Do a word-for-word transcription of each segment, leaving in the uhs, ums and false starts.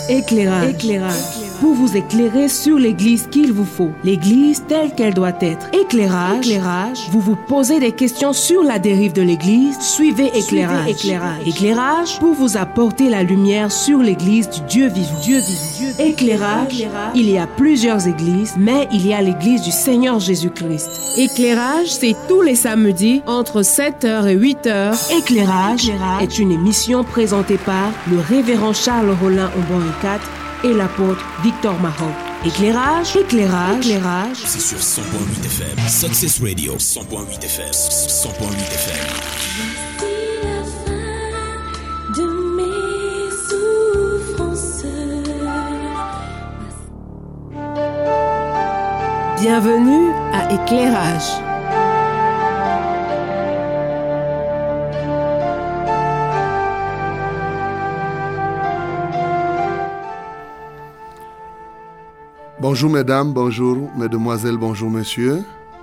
Éclairage. Éclairage. Pour vous éclairer sur l'église qu'il vous faut, l'église telle qu'elle doit être. Éclairage. Éclairage. Vous vous posez des questions sur la dérive de l'église, suivez Éclairage. Suivez éclairage. Éclairage pour vous apporter la lumière sur l'église du Dieu vivant. Dieu vivant. Éclairage. Éclairage. Il y a plusieurs églises, mais il y a l'église du Seigneur Jésus-Christ. Éclairage, c'est tous les samedis entre sept heures et huit heures. Éclairage, Éclairage est une émission présentée par le révérend Charles Rollin Ombon-Ikat et l'apôtre Victor Mahon. Éclairage, éclairage, éclairage. C'est sur cent point huit F M. Success Radio, cent point huit F M. cent point huit F M. Bienvenue à Éclairage. Bonjour mesdames, bonjour mesdemoiselles, bonjour messieurs.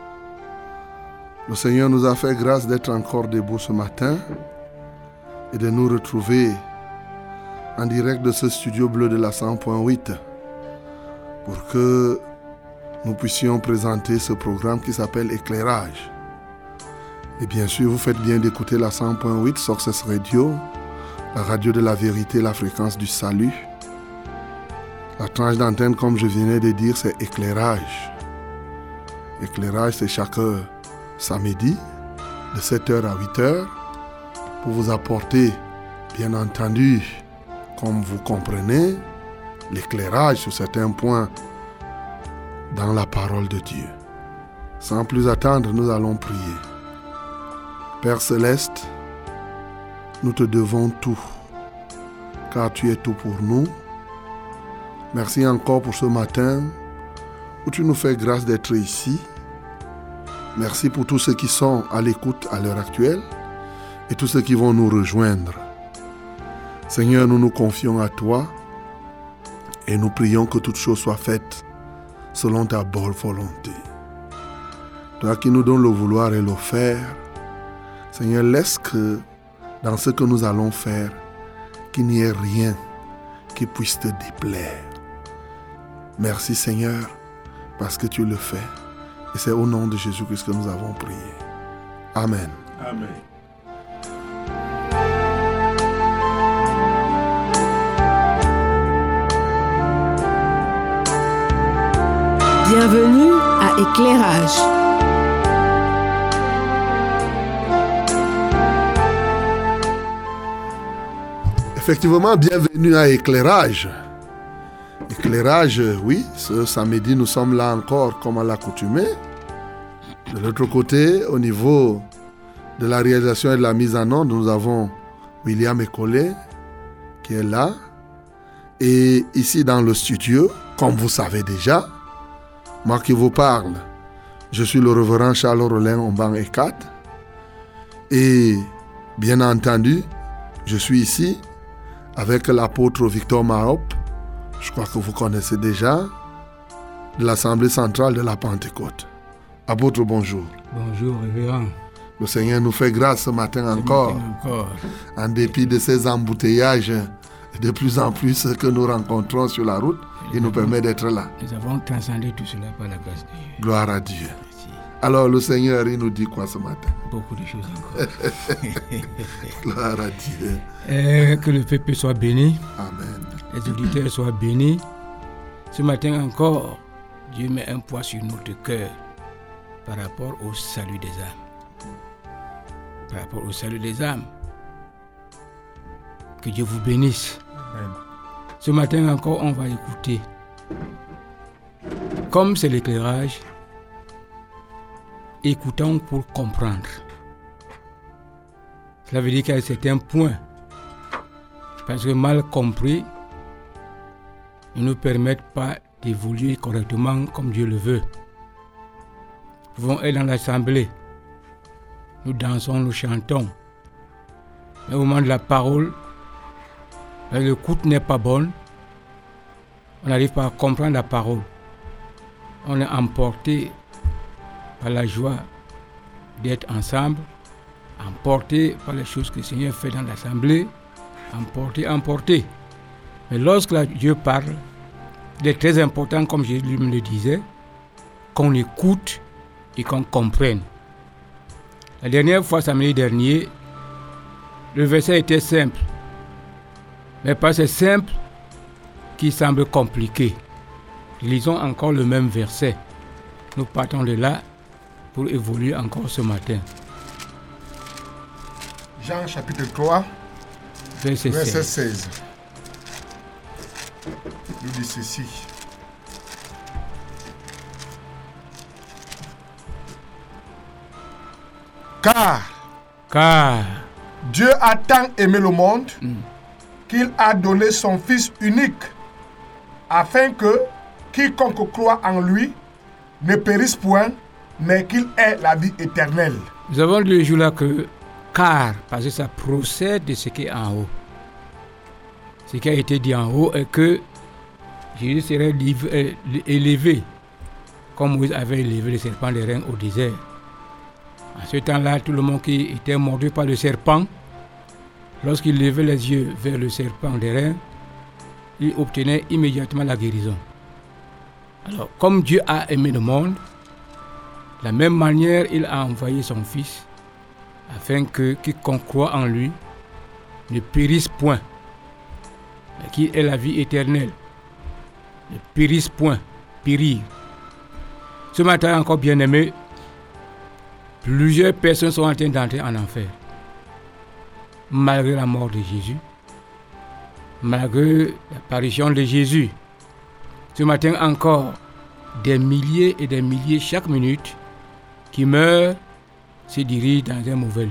Le Seigneur nous a fait grâce d'être encore debout ce matin et de nous retrouver en direct de ce studio bleu de la cent point huit pour que nous puissions présenter ce programme qui s'appelle Éclairage. Et bien sûr, vous faites bien d'écouter la cent point huit, Success Radio, la radio de la vérité, la fréquence du salut. La tranche d'antenne, comme je venais de dire, c'est Éclairage. Éclairage, c'est chaque samedi, de sept heures à huit heures, pour vous apporter, bien entendu, comme vous comprenez, l'éclairage sur certains points dans la parole de Dieu. Sans plus attendre, nous allons prier. Père Céleste, nous te devons tout, car tu es tout pour nous. Merci encore pour ce matin où tu nous fais grâce d'être ici. Merci pour tous ceux qui sont à l'écoute à l'heure actuelle et tous ceux qui vont nous rejoindre. Seigneur, nous nous confions à toi et nous prions que toutes choses soient faites selon ta bonne volonté. Toi qui nous donnes le vouloir et le faire, Seigneur, laisse que dans ce que nous allons faire, qu'il n'y ait rien qui puisse te déplaire. Merci Seigneur, parce que tu le fais. Et c'est au nom de Jésus-Christ que nous avons prié. Amen. Amen. Bienvenue à Éclairage. Effectivement, bienvenue à Éclairage. Éclairage, oui, ce samedi, nous sommes là encore comme à l'accoutumée. De l'autre côté, au niveau de la réalisation et de la mise en onde, nous avons William Ecolé qui est là. Et ici dans le studio, comme vous savez déjà, moi qui vous parle, je suis le révérend Charles Rollin Ombon-Ikat. Et bien entendu, je suis ici avec l'apôtre Victor Mahon. Je crois que vous connaissez déjà, de l'Assemblée centrale de la Pentecôte. Apôtre, bonjour. Bonjour, révérend. Le Seigneur nous fait grâce ce matin encore, encore. En dépit de ces embouteillages de plus en plus que nous rencontrons sur la route, il nous permet d'être là. Nous avons transcendé tout cela par la grâce de Dieu. Gloire à Dieu. Merci. Alors le Seigneur, il nous dit quoi ce matin? Beaucoup de choses encore. Gloire à Dieu. Et que le peuple soit béni. Amen. Les auditeurs soient bénis. Ce matin encore, Dieu met un poids sur notre cœur par rapport au salut des âmes. Par rapport au salut des âmes. Que Dieu vous bénisse. Amen. Ce matin encore, on va écouter. Comme c'est l'éclairage, écoutons pour comprendre. Cela veut dire qu'à certains points, parce que mal compris, ne nous permettent pas d'évoluer correctement comme Dieu le veut. Nous pouvons être dans l'assemblée, nous dansons, nous chantons. Mais au moment de la parole, l'écoute n'est pas bonne, on n'arrive pas à comprendre la parole. On est emporté par la joie d'être ensemble, emporté par les choses que le Seigneur fait dans l'assemblée, emporté, emporté. Mais lorsque Dieu parle, il est très important, comme Jésus lui le disait, qu'on écoute et qu'on comprenne. La dernière fois, samedi dernier, le verset était simple. Mais pas c'est simple qui semble compliqué. Lisons encore le même verset. Nous partons de là pour évoluer encore ce matin. Jean chapitre trois, verset, verset seize. seize. Nous dit ceci. Car, Car Dieu a tant aimé le monde mm. qu'il a donné son Fils unique, afin que quiconque croit en lui ne périsse point, mais qu'il ait la vie éternelle. Nous avons lu le jour là que car, parce que ça procède de ce qui est en haut. Ce qui a été dit en haut est que Jésus serait livré, élevé, comme Moïse avait élevé le serpent des reins au désert. En ce temps-là, tout le monde qui était mordu par le serpent, lorsqu'il levait les yeux vers le serpent des reins, il obtenait immédiatement la guérison. Alors, comme Dieu a aimé le monde, de la même manière, il a envoyé son Fils, afin que quiconque croit en lui ne périsse point, mais qu'il ait la vie éternelle. Ne périsse point, périr. Ce matin encore, bien-aimés, plusieurs personnes sont en train d'entrer en enfer, malgré la mort de Jésus, malgré l'apparition de Jésus. Ce matin encore, des milliers et des milliers chaque minute qui meurent se dirigent dans un mauvais lieu.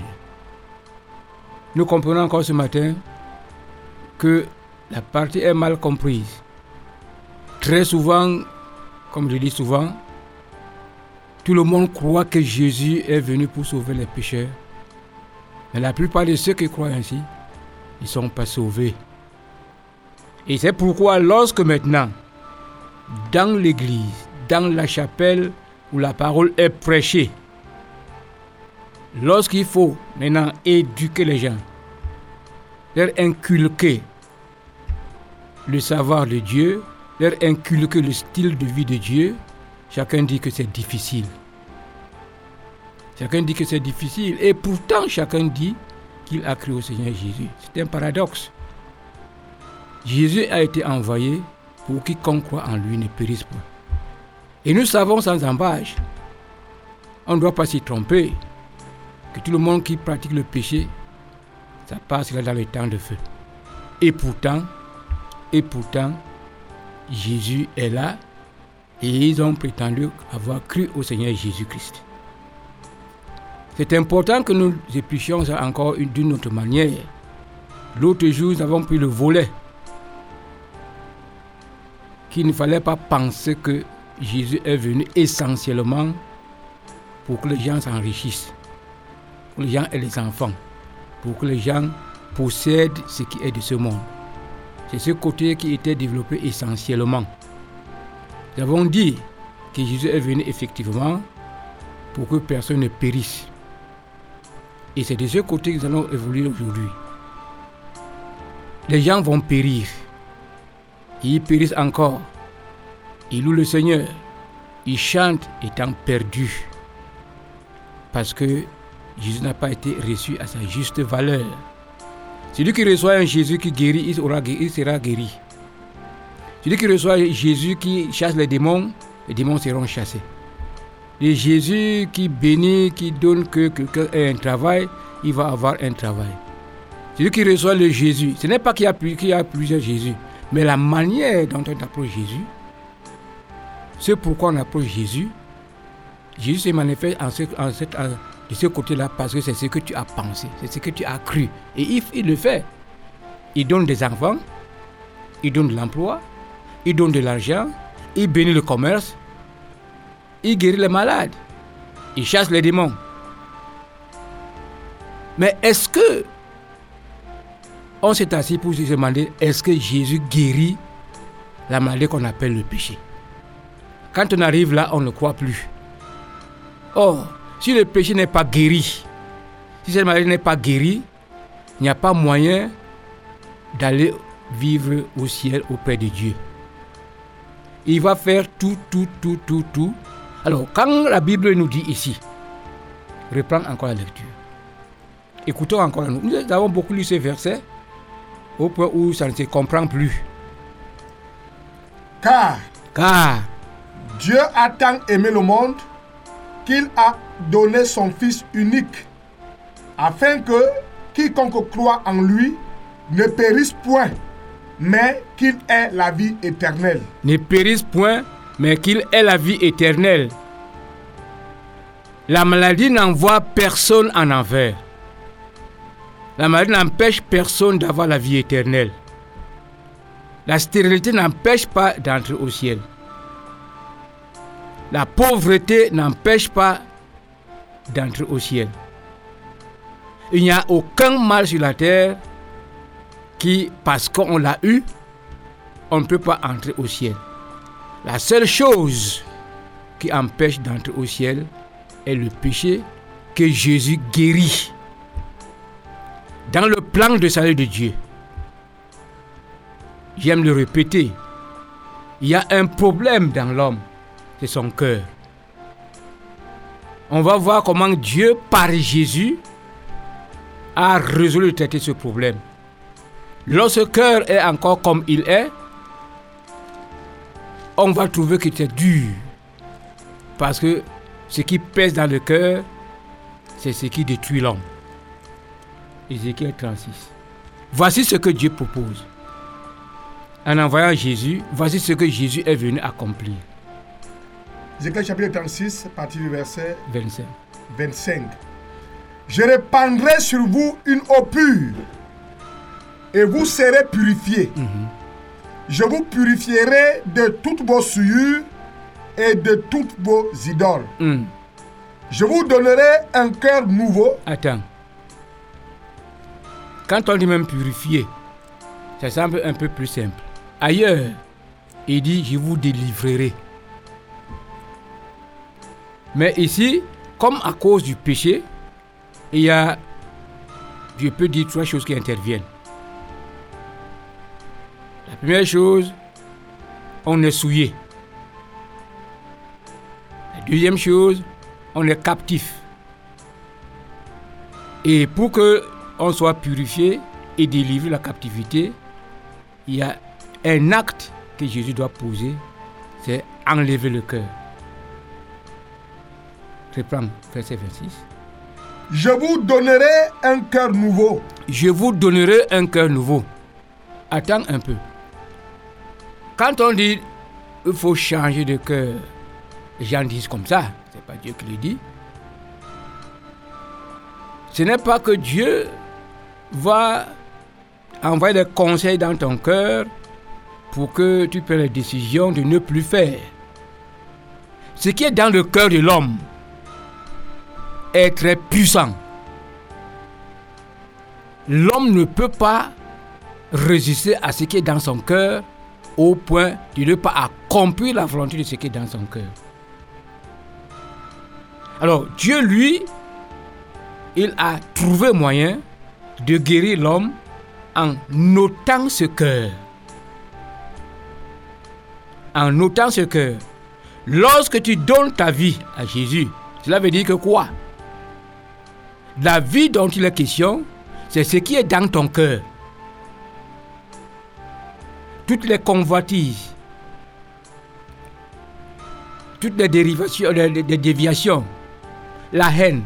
Nous comprenons encore ce matin que la partie est mal comprise. Très souvent, comme je dis souvent, tout le monde croit que Jésus est venu pour sauver les pécheurs. Mais la plupart de ceux qui croient ainsi, ils ne sont pas sauvés. Et c'est pourquoi lorsque maintenant, dans l'église, dans la chapelle où la parole est prêchée, lorsqu'il faut maintenant éduquer les gens, leur inculquer le savoir de Dieu, leur inculquer le style de vie de Dieu, chacun dit que c'est difficile. Chacun dit que c'est difficile. Et pourtant, chacun dit qu'il a cru au Seigneur Jésus. C'est un paradoxe. Jésus a été envoyé pour quiconque croit en lui ne périsse pas. Et nous savons sans embâche, on ne doit pas s'y tromper, que tout le monde qui pratique le péché, ça passe dans le temps de feu. Et pourtant, et pourtant, Jésus est là et ils ont prétendu avoir cru au Seigneur Jésus-Christ. C'est important que nous épluchions ça encore d'une autre manière. L'autre jour, nous avons pris le volet qu'il ne fallait pas penser que Jésus est venu essentiellement pour que les gens s'enrichissent, pour que les gens aient des enfants, pour que les gens possèdent ce qui est de ce monde. C'est ce côté qui était développé essentiellement. Nous avons dit que Jésus est venu effectivement pour que personne ne périsse. Et c'est de ce côté que nous allons évoluer aujourd'hui. Les gens vont périr. Ils périssent encore. Ils louent le Seigneur. Ils chantent étant perdus. Parce que Jésus n'a pas été reçu à sa juste valeur. Celui qui reçoit un Jésus qui guérit, il sera, il sera guéri. Celui qui reçoit Jésus qui chasse les démons, les démons seront chassés. Et Jésus qui bénit, qui donne que quelqu'un ait un travail, il va avoir un travail. Celui qui reçoit le Jésus, ce n'est pas qu'il y a, qu'il y a plusieurs Jésus, mais la manière dont on approche Jésus, c'est pourquoi on approche Jésus. Jésus se manifeste en ce, en cette, en, de ce côté-là parce que c'est ce que tu as pensé, c'est ce que tu as cru. Et il, il le fait. Il donne des enfants, il donne de l'emploi, il donne de l'argent, il bénit le commerce, il guérit les malades, il chasse les démons. Mais est-ce que on s'est assis pour se demander, est-ce que Jésus guérit la maladie qu'on appelle le péché? Quand on arrive là, on ne croit plus. Or, si le péché n'est pas guéri, si cette maladie n'est pas guérie, il n'y a pas moyen d'aller vivre au ciel auprès de Dieu. Il va faire tout, tout, tout, tout, tout. Alors, quand la Bible nous dit ici, reprends encore la lecture. Écoutons encore. Nous, nous avons beaucoup lu ces versets au point où ça ne se comprend plus. Car, Car Dieu a tant aimé le monde qu'il a donné son Fils unique, afin que quiconque croit en lui ne périsse point, mais qu'il ait la vie éternelle. Ne périsse point, mais qu'il ait la vie éternelle. La maladie n'envoie personne en enfer. La maladie n'empêche personne d'avoir la vie éternelle. La stérilité n'empêche pas d'entrer au ciel. La pauvreté n'empêche pas d'entrer au ciel. Il n'y a aucun mal sur la terre qui, parce qu'on l'a eu, on ne peut pas entrer au ciel. La seule chose qui empêche d'entrer au ciel est le péché que Jésus guérit. Dans le plan de salut de Dieu, j'aime le répéter, il y a un problème dans l'homme, c'est son cœur. On va voir comment Dieu, par Jésus, a résolu de traiter ce problème. Lorsque ce cœur est encore comme il est, on va trouver que c'est dur. Parce que ce qui pèse dans le cœur, c'est ce qui détruit l'homme. Ézéchiel trente-six. Voici ce que Dieu propose. En envoyant Jésus, voici ce que Jésus est venu accomplir. Ézéchiel chapitre trente-six, partie du verset vingt-cinq. vingt-cinq. Je répandrai sur vous une eau pure, et vous serez purifiés. Mm-hmm. Je vous purifierai de toutes vos souillures et de toutes vos idoles. Mm. Je vous donnerai un cœur nouveau. Attends. Quand on dit même purifier, ça semble un peu plus simple. Ailleurs, il dit je vous délivrerai. Mais ici, comme à cause du péché, il y a, je peux dire trois choses qui interviennent. La première chose, on est souillé. La deuxième chose, on est captif. Et pour que on soit purifié et délivré de la captivité, il y a un acte que Jésus doit poser, c'est enlever le cœur. Reprends verset vingt-six. Je vous donnerai un cœur nouveau. Je vous donnerai un cœur nouveau. Attends un peu. Quand on dit il faut changer de cœur, les gens disent comme ça, c'est pas Dieu qui le dit. Ce n'est pas que Dieu va envoyer des conseils dans ton cœur pour que tu prennes la décision de ne plus faire. Ce qui est dans le cœur de l'homme est très puissant. L'homme ne peut pas résister à ce qui est dans son cœur au point de ne pas accomplir la volonté de ce qui est dans son cœur. Alors Dieu, lui, il a trouvé moyen de guérir l'homme en ôtant ce cœur. En ôtant ce cœur. Lorsque tu donnes ta vie à Jésus, cela veut dire que quoi? La vie dont il est question, c'est ce qui est dans ton cœur. Toutes les convoitises, toutes les dérivations, les, les déviations, la haine,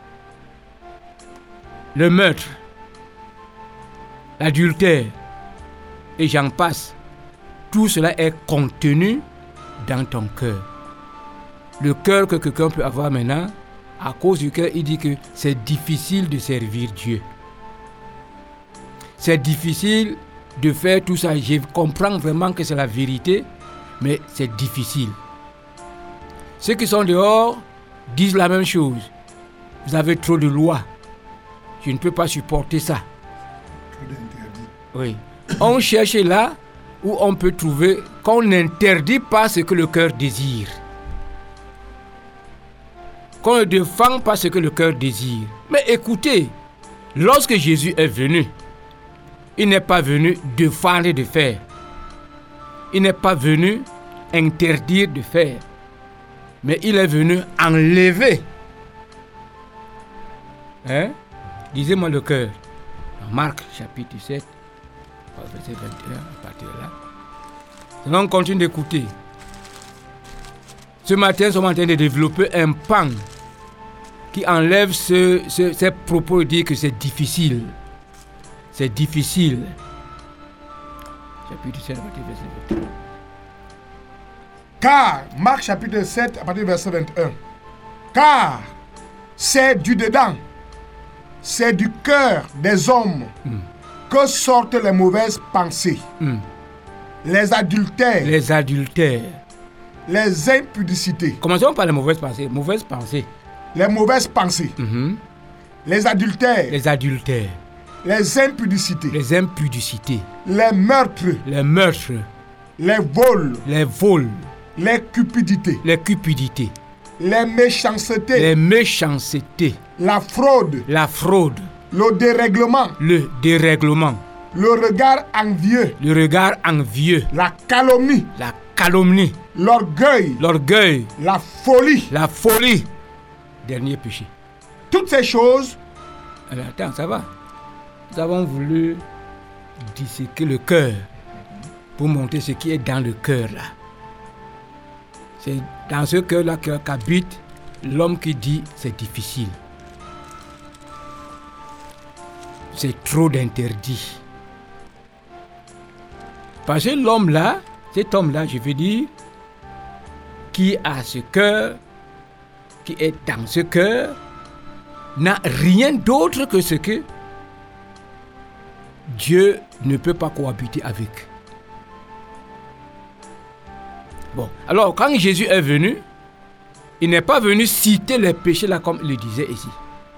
le meurtre, l'adultère, et j'en passe. Tout cela est contenu dans ton cœur. Le cœur que quelqu'un peut avoir maintenant, à cause duquel il dit que c'est difficile de servir Dieu. C'est difficile de faire tout ça. Je comprends vraiment que c'est la vérité, mais c'est difficile. Ceux qui sont dehors disent la même chose. Vous avez trop de lois. Je ne peux pas supporter ça. Trop d'interdits. Oui. On cherche là où on peut trouver qu'on n'interdit pas ce que le cœur désire. Qu'on ne défend pas ce que le cœur désire. Mais écoutez, lorsque Jésus est venu, Il n'est pas venu défendre de faire. Il n'est pas venu interdire de faire. Mais il est venu enlever. Hein? Lisez-moi le cœur. Marc chapitre sept, verset vingt et un, à partir de là. Sinon, on continue d'écouter. Ce matin, nous sommes en train de développer un pan qui enlève ce, ce, ces propos de dire que c'est difficile. C'est difficile. Chapitre sept, à partir du verset vingt et un. Car, Marc chapitre sept, à partir du verset vingt et un. Car c'est du dedans, c'est du cœur des hommes mm. que sortent les mauvaises pensées, mm. les adultères, les adultères, les impudicités. Commençons par les mauvaises pensées. Mauvaises pensées. Les mauvaises pensées. Mm-hmm. Les adultères. Les adultères. Les impudicités. Les impudicités. Les meurtres. Les meurtres. Les vols. Les vols. Les cupidités. Les cupidités. Les méchancetés. Les méchancetés. La fraude. La fraude. Le dérèglement. Le dérèglement. Le regard envieux. Le regard envieux. La calomnie. La calomnie. L'orgueil. L'orgueil. La folie. La folie. Dernier péché. Toutes ces choses. Alors, attends, ça va. Nous avons voulu disséquer le cœur pour montrer ce qui est dans le cœur là. C'est dans ce cœur-là qu'habite l'homme qui dit c'est difficile. C'est trop d'interdits. Parce que l'homme-là, cet homme-là, je veux dire, qui a ce cœur, qui est dans ce cœur, n'a rien d'autre que ce que Dieu ne peut pas cohabiter avec. Bon, alors quand Jésus est venu, il n'est pas venu citer les péchés là comme il le disait ici.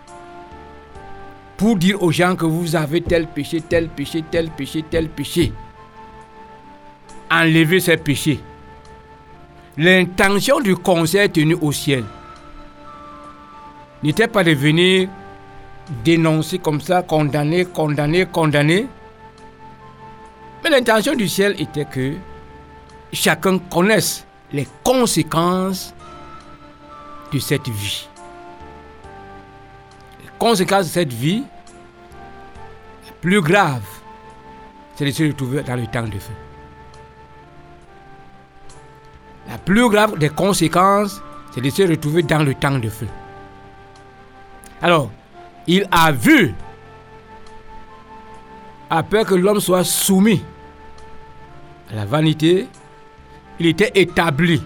Pour dire aux gens que vous avez tel péché, tel péché, tel péché, tel péché. Enlevez ces péchés. L'intention du conseil tenu au ciel n'était pas de venir dénoncer comme ça, condamner, condamner, condamner. Mais l'intention du ciel était que chacun connaisse les conséquences de cette vie. Les conséquences de cette vie, les plus graves, c'est de se retrouver dans le temps de feu. La plus grave des conséquences, c'est de se retrouver dans le temps de feu. Alors, il a vu, après que l'homme soit soumis à la vanité, il était établi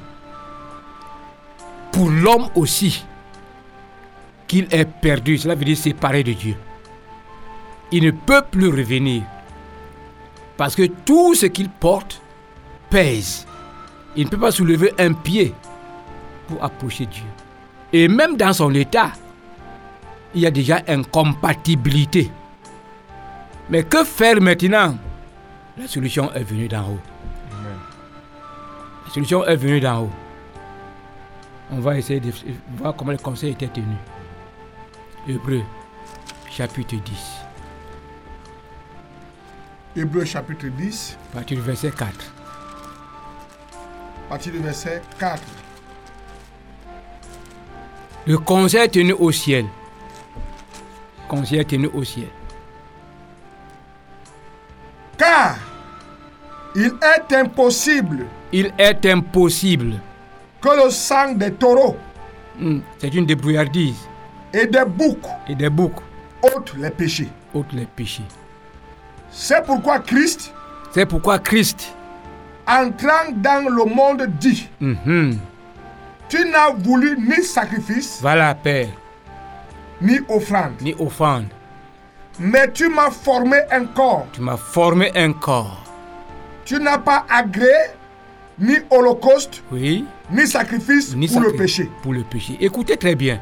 pour l'homme aussi qu'il est perdu. Cela veut dire séparé de Dieu. Il ne peut plus revenir parce que tout ce qu'il porte pèse. Il ne peut pas soulever un pied pour approcher Dieu. Et même dans son état, il y a déjà incompatibilité. Mais que faire maintenant? La solution est venue d'en haut. Amen. La solution est venue d'en haut. On va essayer de voir comment le conseil était tenu. Hébreux, chapitre dix. Hébreux, chapitre dix. À partir du verset quatre. À partir du verset quatre. Le conseil tenu au ciel. Conseil tenu au ciel. Car il est impossible. Il est impossible. Que le sang des taureaux. Mm, c'est une débrouillardise. Et des boucs. Et des boucs. ôtent les péchés. ôtent les péchés. C'est pourquoi Christ. C'est pourquoi Christ. Entrant dans le monde dit. Mm-hmm. Tu n'as voulu ni sacrifice. Voilà, Père. Ni offrande. Ni offrande. Mais tu m'as formé un corps. Tu m'as formé un corps. Tu n'as pas agréé ni holocauste. Oui. Ni sacrifice ni pour sacri- le péché. Pour le péché. Écoutez très bien.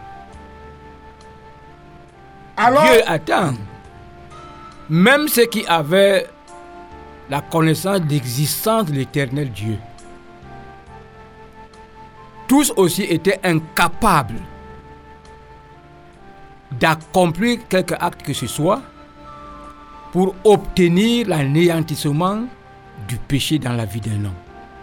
Alors, Dieu attend. Même ceux qui avaient la connaissance de l'existence de l'éternel Dieu, tous aussi étaient incapables d'accomplir quelque acte que ce soit pour obtenir l'anéantissement du péché dans la vie d'un homme.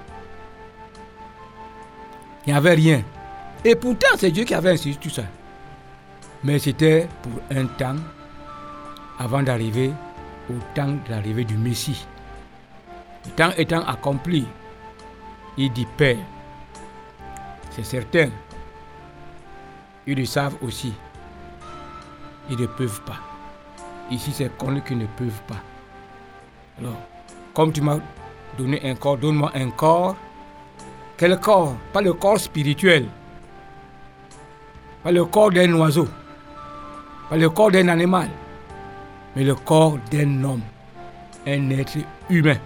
Il n'y avait rien. Et pourtant, c'est Dieu qui avait institué tout ça. Mais c'était pour un temps avant d'arriver au temps de l'arrivée du Messie. Le temps étant accompli, il dit Père, c'est certain. Ils le savent aussi. Ils ne peuvent pas. Ici, c'est connu qu'ils ne peuvent pas. Alors, comme tu m'as donné un corps, donne-moi un corps. Quel corps? Pas le corps spirituel. Pas le corps d'un oiseau. Pas le corps d'un animal. Mais le corps d'un homme. Un être humain.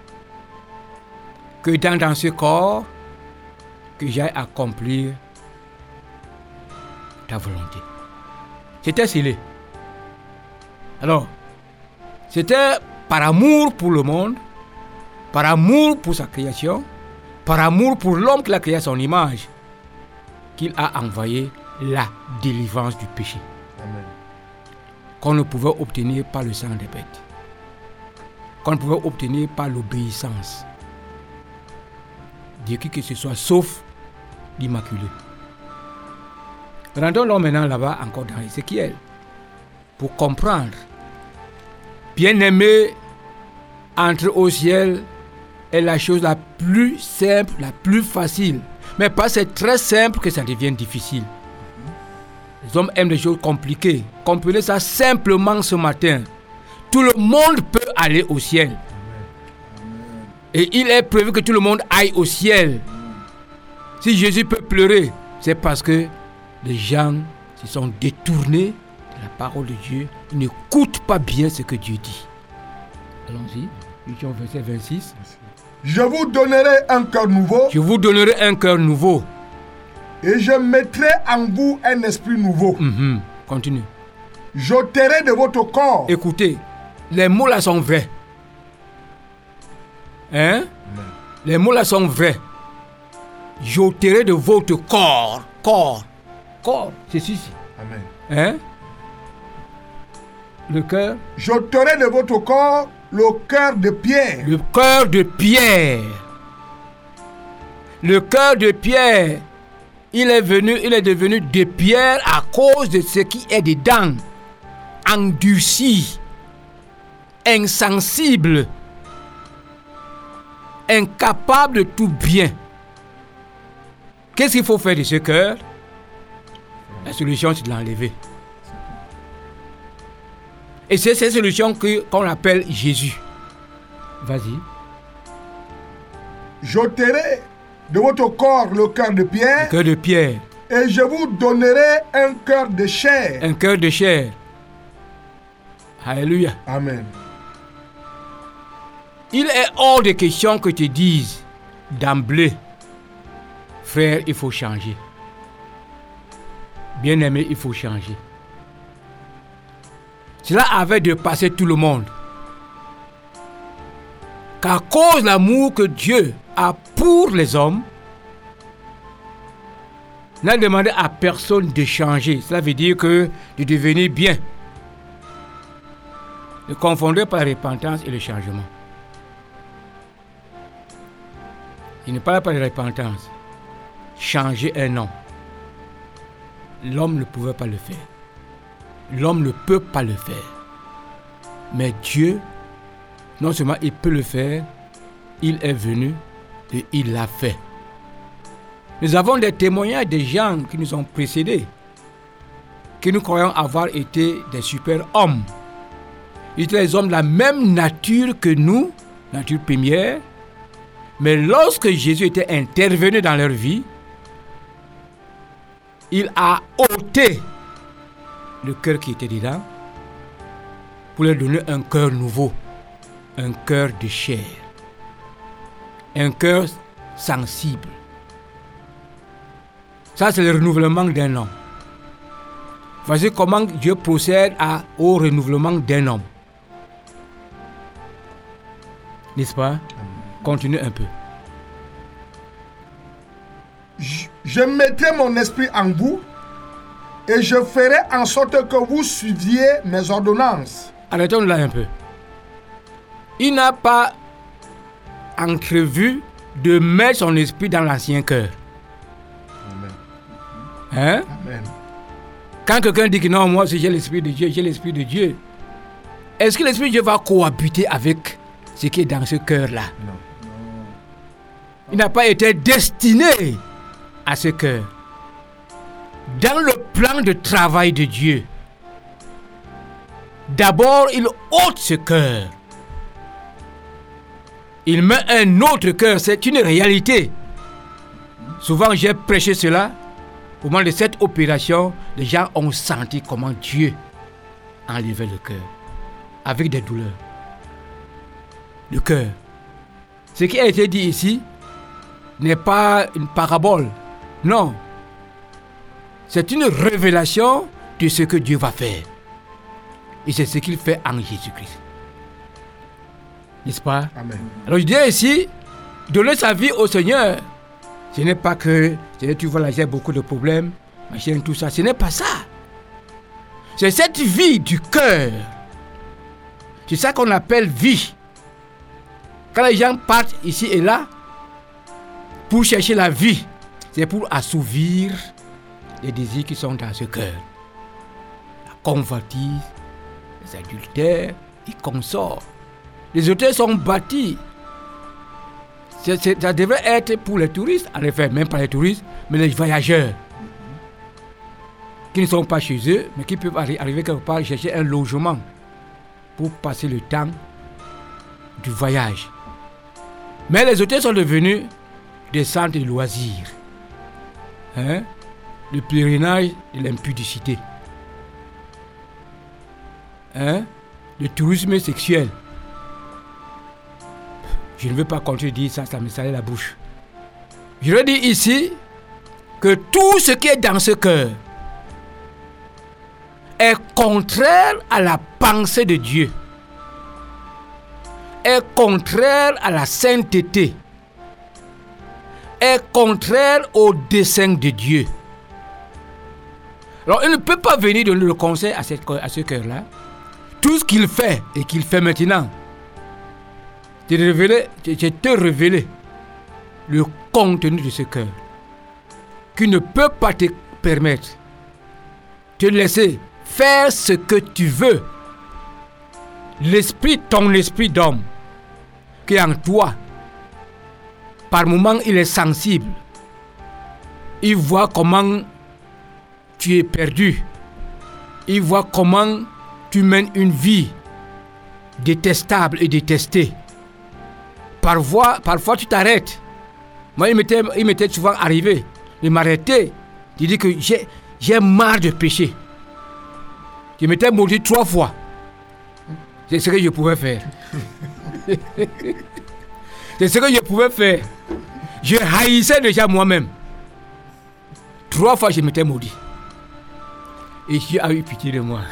Que dans, dans ce corps, que j'aille accomplir ta volonté. C'était scellé. Alors, c'était par amour pour le monde, par amour pour sa création, par amour pour l'homme qu'il a créé à son image, qu'il a envoyé la délivrance du péché. Amen. Qu'on ne pouvait obtenir par le sang des bêtes, qu'on ne pouvait obtenir par l'obéissance de qui que ce soit, sauf l'Immaculé. Rendons-nous maintenant là-bas, encore dans Ézéchiel, pour comprendre. Bien-aimé, entrer au ciel est la chose la plus simple, la plus facile. Mais pas c'est très simple que ça devient difficile. Les hommes aiment des choses compliquées. Comprenez ça simplement ce matin. Tout le monde peut aller au ciel. Et il est prévu que tout le monde aille au ciel. Si Jésus peut pleurer, c'est parce que les gens se sont détournés de la parole de Dieu. Ils n'écoutent pas bien ce que Dieu dit. Allons-y, Luc verset vingt-six. Je vous donnerai un cœur nouveau. Je vous donnerai un cœur nouveau. Et je mettrai en vous un esprit nouveau. Mm-hmm. Continue. J'ôterai de votre corps. Écoutez, les mots là sont vrais. Hein? Mm. Les mots là sont vrais. J'ôterai de votre corps. Corps. Corps, c'est ceci. Amen. Hein? Le cœur. J'ôterai de votre corps le cœur de pierre. Le cœur de pierre. Le cœur de pierre. Il est venu, il est devenu de pierre à cause de ce qui est dedans. Endurci. Insensible. Incapable de tout bien. Qu'est-ce qu'il faut faire de ce cœur? La solution, c'est de l'enlever. Et c'est cette solution que, qu'on appelle Jésus. Vas-y. J'ôterai de votre corps le cœur de pierre. Le cœur de pierre. Et je vous donnerai un cœur de chair. Un cœur de chair. Alléluia. Amen. Il est hors de question que tu dises d'emblée, frère, il faut changer. Bien-aimé, il faut changer. Cela avait dépassé tout le monde. Qu'à cause de l'amour que Dieu a pour les hommes, il n'a demandé à personne de changer. Cela veut dire que de devenir bien. Ne confondez pas la repentance et le changement. Il ne parle pas de repentance. Changer un homme. L'homme ne pouvait pas le faire. L'homme ne peut pas le faire. Mais Dieu, non seulement il peut le faire, il est venu et il l'a fait. Nous avons des témoignages des gens qui nous ont précédés, que nous croyons avoir été des super-hommes. Ils étaient des hommes de la même nature que nous, nature première, mais lorsque Jésus était intervenu dans leur vie, il a ôté le cœur qui était dedans pour leur donner un cœur nouveau, un cœur de chair, un cœur sensible. Ça, c'est le renouvellement d'un homme. Voici comment Dieu procède à, au renouvellement d'un homme. N'est-ce pas? Continue un peu. Je, je mettrai mon esprit en vous et je ferai en sorte que vous suiviez mes ordonnances. Arrêtons là un peu. il n'a pas entrevu de mettre son esprit dans l'ancien cœur. Amen. Hein? Amen. Quand quelqu'un dit que non, moi, si j'ai l'esprit de Dieu, j'ai l'esprit de Dieu, est-ce que l'esprit de Dieu va cohabiter avec ce qui est dans ce cœur-là? Non. Il n'a pas été destiné à ce cœur. Dans le plan de travail de Dieu, d'abord, il ôte ce cœur. Il met un autre cœur, c'est une réalité. Souvent, j'ai prêché cela. Au moment de cette opération, les gens ont senti comment Dieu enlevait le cœur, avec des douleurs. Le cœur. Ce qui a été dit ici n'est pas une parabole. Non. C'est une révélation de ce que Dieu va faire. Et c'est ce qu'il fait en Jésus-Christ. N'est-ce pas? Amen. Alors je dis ici, donner sa vie au Seigneur, ce n'est pas que, tu vois là, j'ai beaucoup de problèmes, machin, tout ça. Ce n'est pas ça. C'est cette vie du cœur. C'est ça qu'on appelle vie. Quand les gens partent ici et là, pour chercher la vie, c'est pour assouvir les désirs qui sont dans ce cœur. La convoitise, les adultères, les consorts. Les hôtels sont bâtis. C'est, c'est, ça devrait être pour les touristes, en effet, même pas les touristes, mais les voyageurs qui ne sont pas chez eux, mais qui peuvent arriver quelque part chercher un logement pour passer le temps du voyage. Mais les hôtels sont devenus des centres de loisirs. Hein? Le pèlerinage de l'impudicité. Hein? Le tourisme sexuel. Je ne veux pas contredire ça, ça me salait la bouche. Je veux dire ici que tout ce qui est dans ce cœur est contraire à la pensée de Dieu, est contraire à la sainteté, est contraire au dessein de Dieu. Alors il ne peut pas venir donner le conseil à, cette, à ce cœur-là. Tout ce qu'il fait et qu'il fait maintenant, c'est de révéler, c'est te révéler le contenu de ce cœur, qui ne peut pas te permettre de te laisser faire ce que tu veux. L'esprit, ton esprit d'homme, qui est en toi, par moments il est sensible. Il voit comment tu es perdu. Il voit comment tu mènes une vie détestable et détestée. Parfois, parfois tu t'arrêtes. Moi, il m'était, il m'était souvent arrivé de m'arrêter. Il dit que j'ai, j'ai marre de pécher. Je m'étais maudit trois fois. C'est ce que je pouvais faire. C'est ce que je pouvais faire. Je haïssais déjà moi-même. Trois fois, je m'étais maudit. Et Dieu a eu pitié de moi.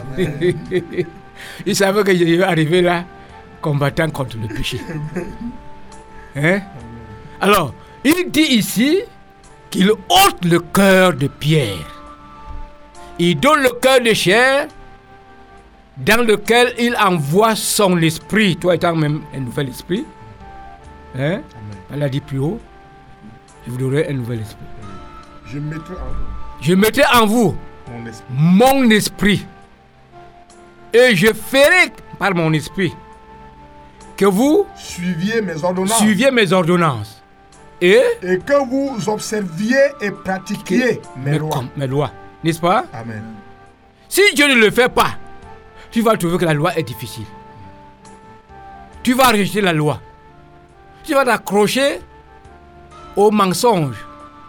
Il savait que je devais arriver là, combattant contre le péché. Hein? Alors, il dit ici qu'il ôte le cœur de pierre. Il donne le cœur de chair dans lequel il envoie son esprit. Toi étant même un nouvel esprit. Hein? Elle a dit plus haut. Je vous donnerai un nouvel esprit. Je mettrai en vous. Je mettrai en vous mon esprit. mon esprit. Et je ferai par mon esprit que vous suiviez mes ordonnances. Suiviez mes ordonnances. Et, et que vous observiez et pratiquiez mes, mes lois. Mes lois. N'est-ce pas? Amen. Si Dieu ne le fait pas, tu vas trouver que la loi est difficile. Tu vas rejeter la loi. Tu vas t'accrocher aux mensonges,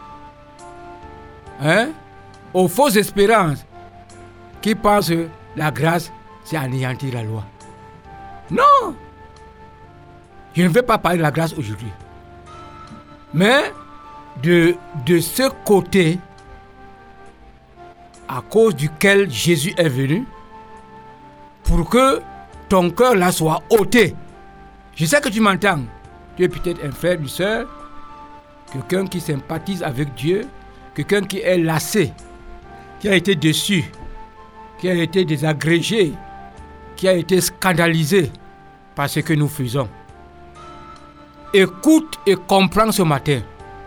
hein? Aux fausses espérances qui pensent que la grâce, c'est anéantir la loi. Non! Je ne vais pas parler de la grâce aujourd'hui. Mais de, de ce côté à cause duquel Jésus est venu, pour que ton cœur là soit ôté. Je sais que tu m'entends. Tu es peut-être un frère, une soeur, quelqu'un qui sympathise avec Dieu, quelqu'un qui est lassé, qui a été déçu, qui a été désagrégé, qui a été scandalisé par ce que nous faisons. Écoute et comprends ce matin.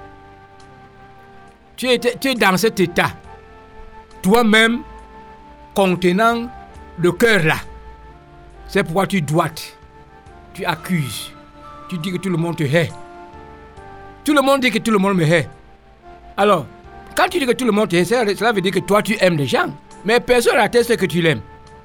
Tu es, tu es dans cet état, toi-même, contenant le cœur là. C'est pourquoi tu doites, tu accuses, tu dis que tout le monde te hait. Tout le monde dit que tout le monde me hait. Alors, quand tu dis que tout le monde te hait, cela veut dire que toi tu aimes les gens. Mais personne n'atteste que tu l'aimes.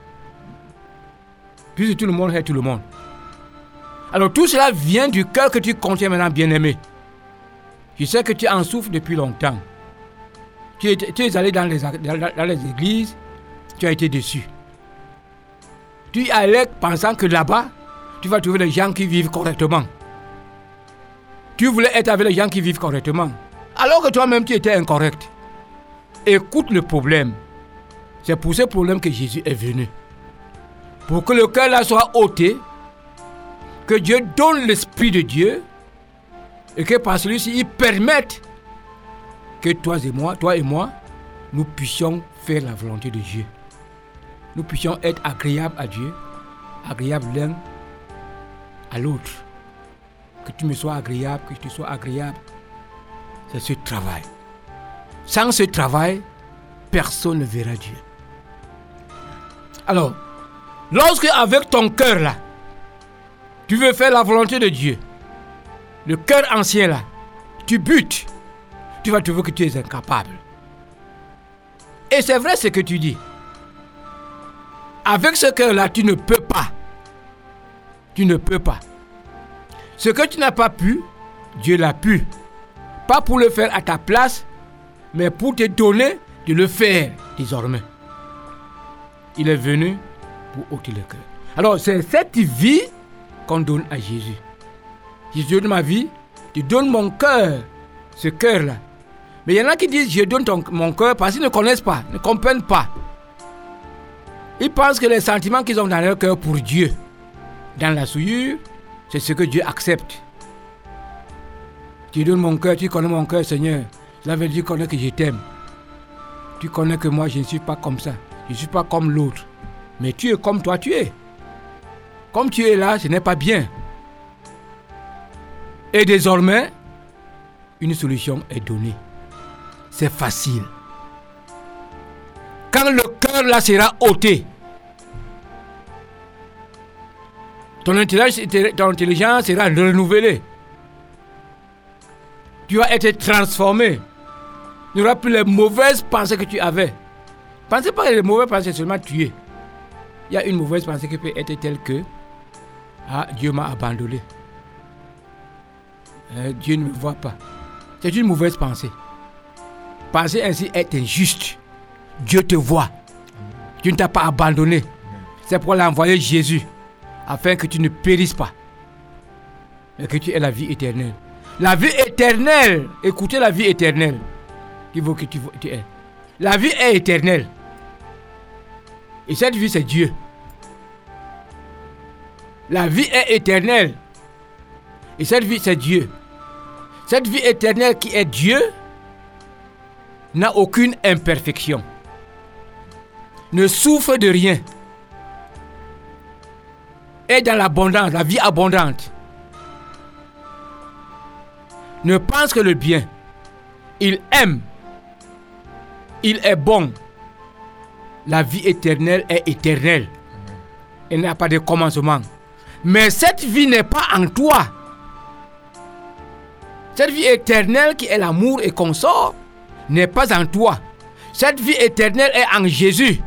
Puisque tout le monde hait tout le monde. Alors tout cela vient du cœur que tu contiens maintenant, bien-aimé. Je sais que tu en souffres depuis longtemps. Tu es, tu es allé dans les, dans, dans les églises, tu as été déçu. Tu y allais pensant que là-bas, tu vas trouver des gens qui vivent correctement. Tu voulais être avec les gens qui vivent correctement, alors que toi-même tu étais incorrect. Écoute le problème. C'est pour ce problème que Jésus est venu. Pour que le cœur là soit ôté, que Dieu donne l'Esprit de Dieu, et que par celui-ci, il permette que toi et moi, toi et moi, nous puissions faire la volonté de Dieu. Nous puissions être agréables à Dieu, agréables l'un à l'autre. Que tu me sois agréable, que je te sois agréable. C'est ce travail. Sans ce travail, personne ne verra Dieu. Alors, lorsque avec ton cœur là, tu veux faire la volonté de Dieu, le cœur ancien là, tu butes, tu vas trouver que tu es incapable. Et c'est vrai ce que tu dis. Avec ce cœur-là, tu ne peux pas. Tu ne peux pas. Ce que tu n'as pas pu, Dieu l'a pu. Pas pour le faire à ta place, mais pour te donner de le faire désormais. Il est venu pour ôter le cœur. Alors, c'est cette vie qu'on donne à Jésus. Je donne ma vie, je donne mon cœur, ce cœur-là. Mais il y en a qui disent, je donne ton, mon cœur parce qu'ils ne connaissent pas, ne comprennent pas. Ils pensent que les sentiments qu'ils ont dans leur cœur pour Dieu, dans la souillure, c'est ce que Dieu accepte. Tu donnes mon cœur, tu connais mon cœur, Seigneur. Cela veut dire que tu connais que je t'aime. Tu connais que moi, je ne suis pas comme ça. Je ne suis pas comme l'autre. Mais tu es comme toi, tu es. Comme tu es là, ce n'est pas bien. Et désormais, une solution est donnée. C'est facile. Quand le cœur là sera ôté, ton intelligence, ton intelligence sera renouvelée. Tu vas être transformé. Il n'y aura plus les mauvaises pensées que tu avais. Pensez pas que les mauvaises pensées seulement tuer. Il y a une mauvaise pensée qui peut être telle que ah, Dieu m'a abandonné. Euh, Dieu ne me voit pas. C'est une mauvaise pensée. Penser ainsi est injuste. Dieu te voit. Dieu ne t'a pas abandonné. C'est pourquoi il a envoyé Jésus, afin que tu ne périsses pas, mais que tu aies la vie éternelle. La vie éternelle, écoutez la vie éternelle, qu'il faut que tu, tu aies. La vie est éternelle. Et cette vie, c'est Dieu. La vie est éternelle. Et cette vie, c'est Dieu. Cette vie éternelle qui est Dieu n'a aucune imperfection. Ne souffre de rien. Est dans l'abondance, la vie abondante. Ne pense que le bien. Il aime. Il est bon. La vie éternelle est éternelle. Elle n'a pas de commencement. Mais cette vie n'est pas en toi. Cette vie éternelle qui est l'amour et consort n'est pas en toi. Cette vie éternelle est en Jésus.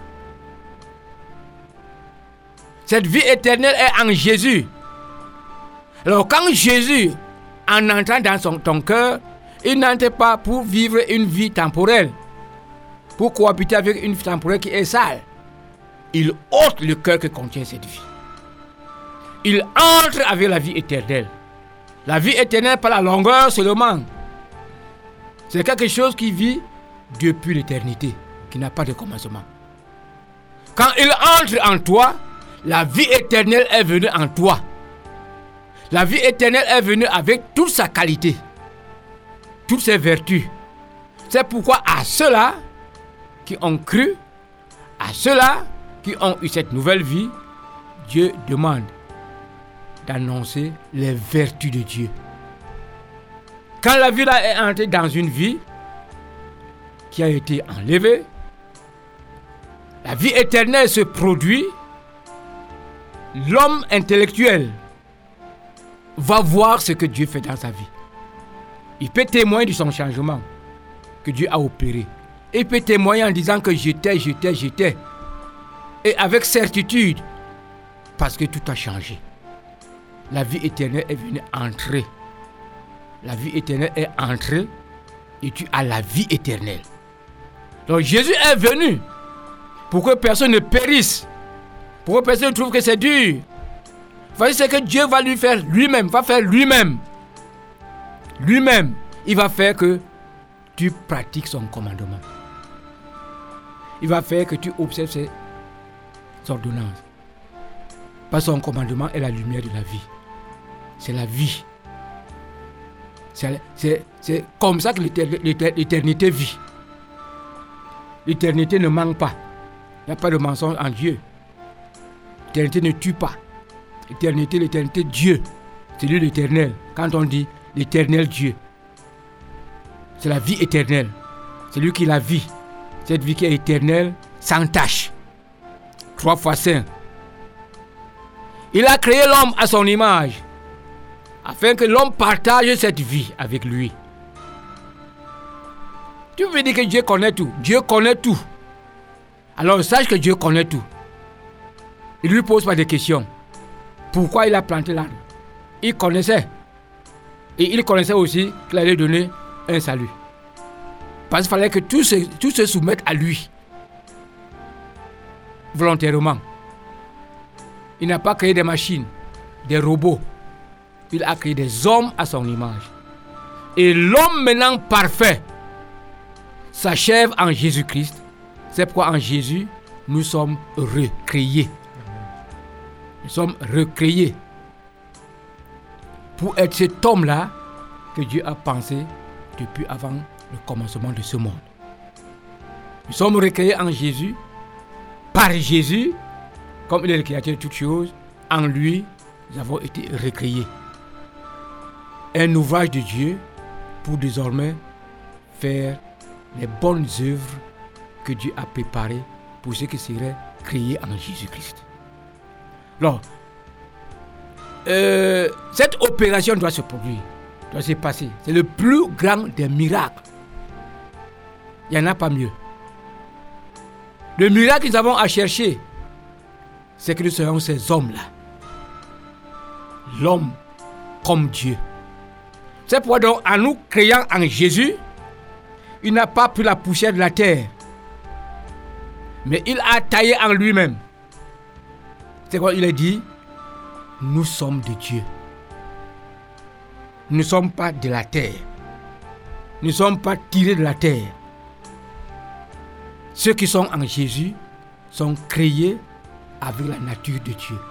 Cette vie éternelle est en Jésus. Alors quand Jésus en entrant dans son, ton cœur, il n'entre pas pour vivre une vie temporelle, pour cohabiter avec une vie temporelle qui est sale. Il ôte le cœur que contient cette vie. Il entre avec la vie éternelle. La vie éternelle par la longueur seulement. C'est quelque chose qui vit depuis l'éternité, qui n'a pas de commencement. Quand il entre en toi, la vie éternelle est venue en toi. La vie éternelle est venue avec toute sa qualité, toutes ses vertus. C'est pourquoi à ceux-là qui ont cru, à ceux-là qui ont eu cette nouvelle vie, Dieu demande d'annoncer les vertus de Dieu. Quand la vie là est entrée dans une vie qui a été enlevée, la vie éternelle se produit, l'homme intellectuel va voir ce que Dieu fait dans sa vie. Il peut témoigner de son changement que Dieu a opéré. Il peut témoigner en disant que j'étais, j'étais, j'étais. Et avec certitude, parce que tout a changé. La vie éternelle est venue entrer. La vie éternelle est entrée et tu as la vie éternelle. Donc Jésus est venu pour que personne ne périsse, pour que personne ne trouve que c'est dur. Voyez ce que Dieu va lui faire lui-même, va faire lui-même. Lui-même, il va faire que tu pratiques son commandement. Il va faire que tu observes ses ordonnances. Parce que son commandement est la lumière de la vie. C'est la vie. C'est, c'est, c'est comme ça que l'éternité vit. L'éternité ne manque pas. Il n'y a pas de mensonge en Dieu. L'éternité ne tue pas. L'éternité, l'éternité Dieu. C'est lui l'éternel. Quand on dit l'éternel Dieu, c'est la vie éternelle. C'est lui qui la vit. Cette vie qui est éternelle, sans tache. Trois fois saint. Il a créé l'homme à son image, afin que l'homme partage cette vie avec lui. Tu veux dire que Dieu connaît tout? Dieu connaît tout. Alors sache que Dieu connaît tout. Il ne lui pose pas de questions. Pourquoi il a planté l'arbre? Il connaissait. Et il connaissait aussi qu'il allait donner un salut. Parce qu'il fallait que tout se, tout se soumette à lui. Volontairement. Il n'a pas créé des machines, des robots. Il a créé des hommes à son image. Et l'homme maintenant parfait s'achève en Jésus-Christ. C'est pourquoi en Jésus, nous sommes recréés. Nous sommes recréés pour être cet homme-là que Dieu a pensé depuis avant le commencement de ce monde. Nous sommes recréés en Jésus, par Jésus, comme il est le créateur de toutes choses, en lui, nous avons été recréés. Un ouvrage de Dieu pour désormais faire les bonnes œuvres que Dieu a préparées pour ceux qui seraient créés en Jésus-Christ. Alors, euh, cette opération doit se produire, doit se passer. C'est le plus grand des miracles. Il n'y en a pas mieux. Le miracle que nous avons à chercher, c'est que nous soyons ces hommes-là. L'homme comme Dieu. C'est pourquoi donc, en nous créant en Jésus, il n'a pas pris la poussière de la terre, mais il a taillé en lui-même. C'est quoi il a dit? Nous sommes de Dieu. Nous ne sommes pas de la terre. Nous ne sommes pas tirés de la terre. Ceux qui sont en Jésus sont créés avec la nature de Dieu.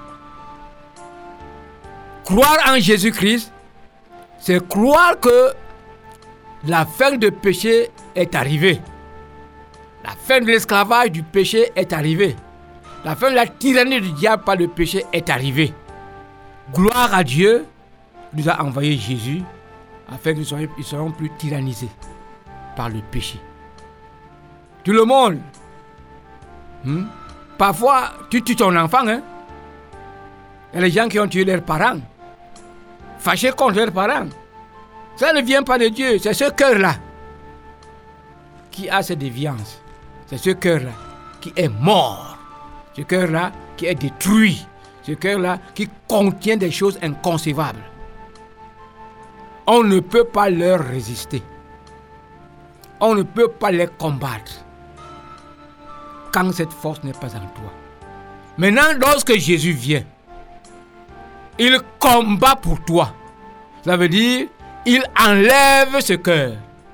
Croire en Jésus-Christ, c'est croire que la fin du péché est arrivée. La fin de l'esclavage du péché est arrivée. La fin de la tyrannie du diable par le péché est arrivée. Gloire à Dieu, il nous a envoyé Jésus afin que nous soyons, nous soyons plus tyrannisés par le péché. Tout le monde, hmm? Parfois, tu tues ton enfant. Hein? Il y a les gens qui ont tué leurs parents, fâchés contre leurs parents. Ça ne vient pas de Dieu, c'est ce cœur-là qui a cette déviance. C'est ce cœur-là qui est mort. Ce cœur-là qui est détruit. Ce cœur-là qui contient des choses inconcevables. On ne peut pas leur résister. On ne peut pas les combattre quand cette force n'est pas en toi. Maintenant, lorsque Jésus vient, il combat pour toi. Ça veut dire, il enlève ce cœur.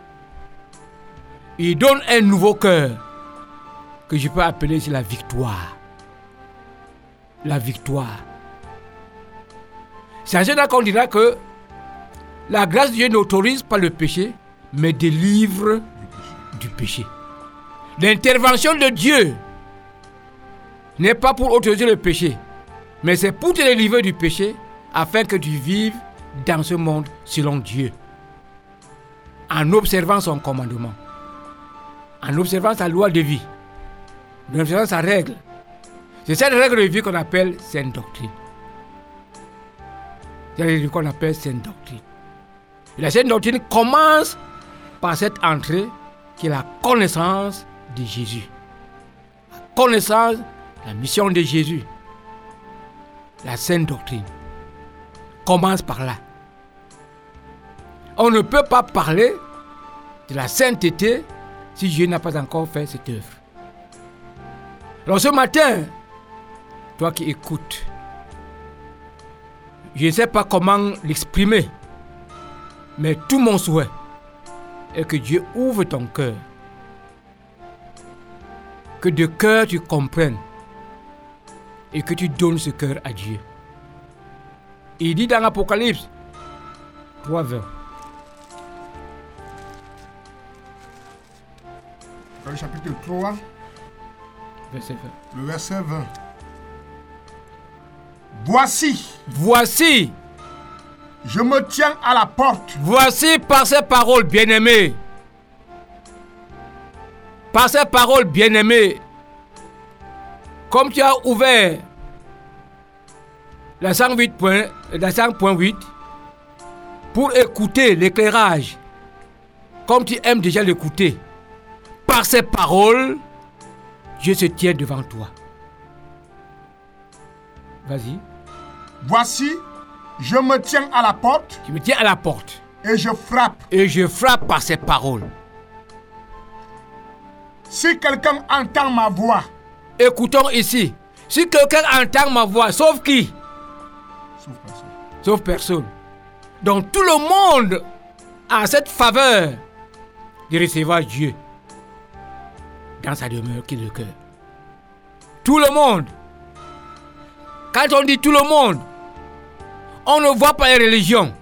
Il donne un nouveau cœur que je peux appeler ici la victoire. La victoire. C'est en ce qu'on dira que la grâce de Dieu n'autorise pas le péché, mais délivre du péché. L'intervention de Dieu n'est pas pour autoriser le péché, mais c'est pour te délivrer du péché afin que tu vives dans ce monde selon Dieu, en observant son commandement, en observant sa loi de vie, en observant sa règle. C'est cette règle de vie qu'on appelle sainte doctrine. C'est la règle qu'on appelle sainte doctrine. Et la sainte doctrine commence par cette entrée qui est la connaissance de Jésus. La connaissance, la mission de Jésus. La sainte doctrine commence par là. On ne peut pas parler de la sainteté si Dieu n'a pas encore fait cette œuvre. Alors ce matin, toi qui écoutes, je ne sais pas comment l'exprimer, mais tout mon souhait est que Dieu ouvre ton cœur, que de cœur tu comprennes et que tu donnes ce cœur à Dieu. Il dit dans l'Apocalypse trois vingt. Dans le chapitre trois, Verset vingt. le verset vingt. Voici, Voici, je me tiens à la porte. voici par ces paroles bien-aimées, par ces paroles bien-aimées, comme tu as ouvert la cent huit point huit pour écouter l'éclairage, comme tu aimes déjà l'écouter, par ces paroles, Dieu se tient devant toi. Vas-y. Voici, je me tiens à la porte Je me tiens à la porte et je frappe. et je frappe par ces paroles. Si quelqu'un entend ma voix, Écoutons ici. Si quelqu'un entend ma voix, sauf qui? sauf personne, Sauf personne. Donc tout le monde a cette faveur de recevoir Dieu dans sa demeure qui est le cœur. Tout le monde. Quand on dit tout le monde, on ne voit pas les religions.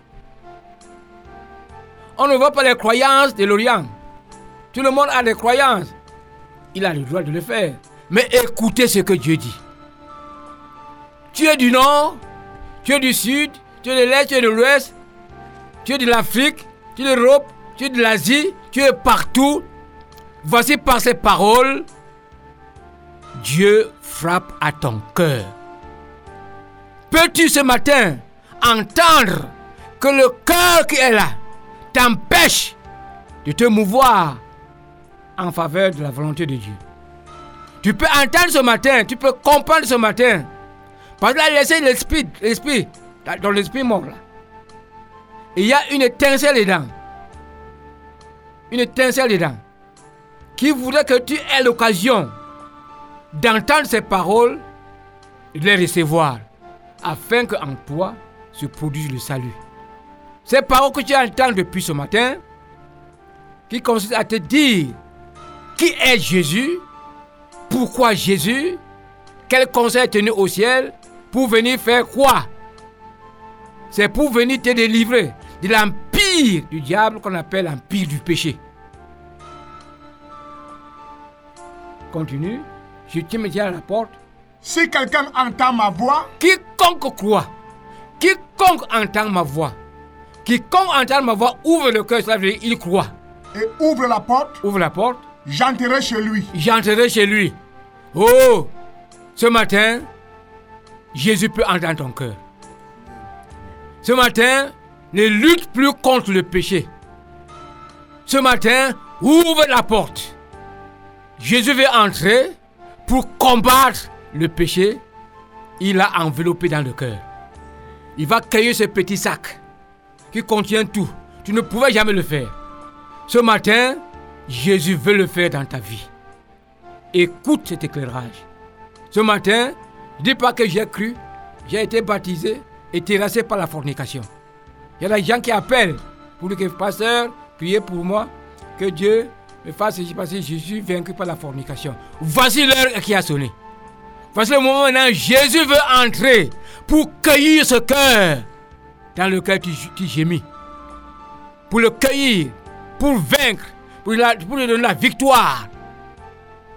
On ne voit pas les croyances de l'Orient. Tout le monde a des croyances. Il a le droit de le faire. Mais écoutez ce que Dieu dit. Tu es du nord, tu es du sud, tu es de l'est, tu es de l'ouest, tu es de l'Afrique, tu es de l'Europe, tu es de l'Asie, tu es partout. Voici par ces paroles, Dieu frappe à ton cœur. Peux-tu ce matin entendre que le cœur qui est là t'empêche de te mouvoir en faveur de la volonté de Dieu? Tu peux entendre ce matin, tu peux comprendre ce matin. Parce qu'il a laissé l'esprit, l'esprit, dans l'esprit mort là. Il y a une étincelle dedans. Une étincelle dedans. Qui voudrait que tu aies l'occasion d'entendre ces paroles et de les recevoir. Afin qu'en toi se produise le salut. Ces paroles que tu entends depuis ce matin, qui consistent à te dire qui est Jésus, pourquoi Jésus, quel conseil est tenu au ciel, pour venir faire quoi? C'est pour venir te délivrer de l'empire du diable qu'on appelle l'empire du péché. Continue. Je te mets à la porte. si quelqu'un entend ma voix, Quiconque croit, quiconque entend ma voix, quiconque entend ma voix, ouvre le cœur, ça veut dire il croit. et ouvre la porte, Ouvre la porte, j'entrerai chez lui. j'entrerai chez lui. Oh, ce matin, Jésus peut entendre ton cœur. Ce matin, ne lutte plus contre le péché. Ce matin, ouvre la porte. Jésus veut entrer pour combattre le péché. Il l'a enveloppé dans le cœur. Il va cueillir ce petit sac qui contient tout. Tu ne pouvais jamais le faire. Ce matin, Jésus veut le faire dans ta vie. Écoute cet éclairage. Ce matin, ne dis pas que j'ai cru, j'ai été baptisé et terrassé par la fornication. Il y a des gens qui appellent pour dire que pasteur, priez pour moi, que Dieu me fasse ceci parce que je suis vaincu par la fornication. Voici l'heure qui a sonné. Voici le moment maintenant, Jésus veut entrer pour cueillir ce cœur dans lequel tu, tu gémis. Pour le cueillir, pour vaincre, pour, la, pour lui donner la victoire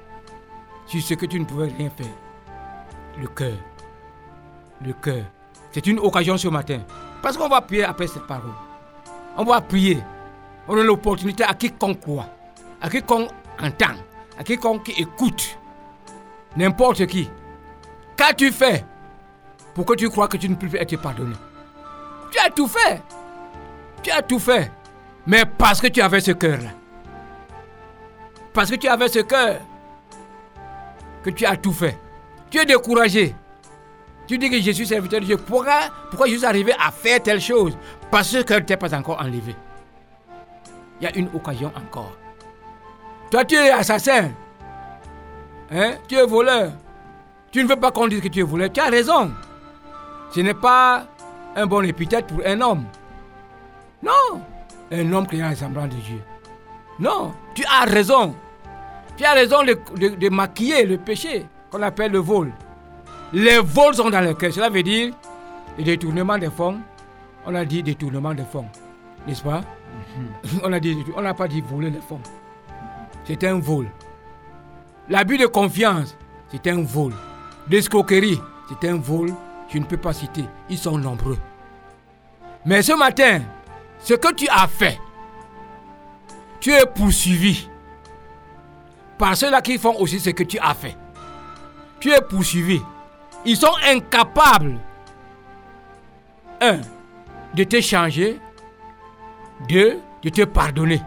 sur ce que tu ne pouvais rien faire. Le cœur. Le cœur. C'est une occasion ce matin. Parce qu'on va prier après cette parole. On va prier. On donne l'opportunité à quiconque croit, à quiconque entend, à quiconque qui écoute. N'importe qui. Qu'as-tu fait pour que tu crois que tu ne peux plus être pardonné? Tu as tout fait. Tu as tout fait. Mais parce que tu avais ce cœur-là. Parce que tu avais ce cœur. Que tu as tout fait. Tu es découragé. Tu dis que je suis serviteur de Dieu. Pourquoi, pourquoi je suis arrivé à faire telle chose? Parce que le cœur n'était pas encore enlevé. Il y a une occasion encore. Toi, tu es assassin. Hein? Tu es voleur. Tu ne veux pas qu'on dise que tu es voleur. Tu as raison. Ce n'est pas un bon épithète pour un homme. Non. Un homme créé en ressemblance de Dieu. Non. Tu as raison. Tu as raison de, de, de maquiller le péché qu'on appelle le vol. Les vols sont dans le cœur. Cela veut dire le détournement des fonds. On a dit détournement des fonds. N'est-ce pas? Mm-hmm. On a dit, on n'a pas dit voler les fonds. C'est un vol. L'abus de confiance, c'est un vol. L'escroquerie, c'est un vol. Je ne peux pas citer. Ils sont nombreux. Mais ce matin, ce que tu as fait, tu es poursuivi par ceux-là qui font aussi ce que tu as fait. Tu es poursuivi. Ils sont incapables, un, de te changer, deux, de te pardonner.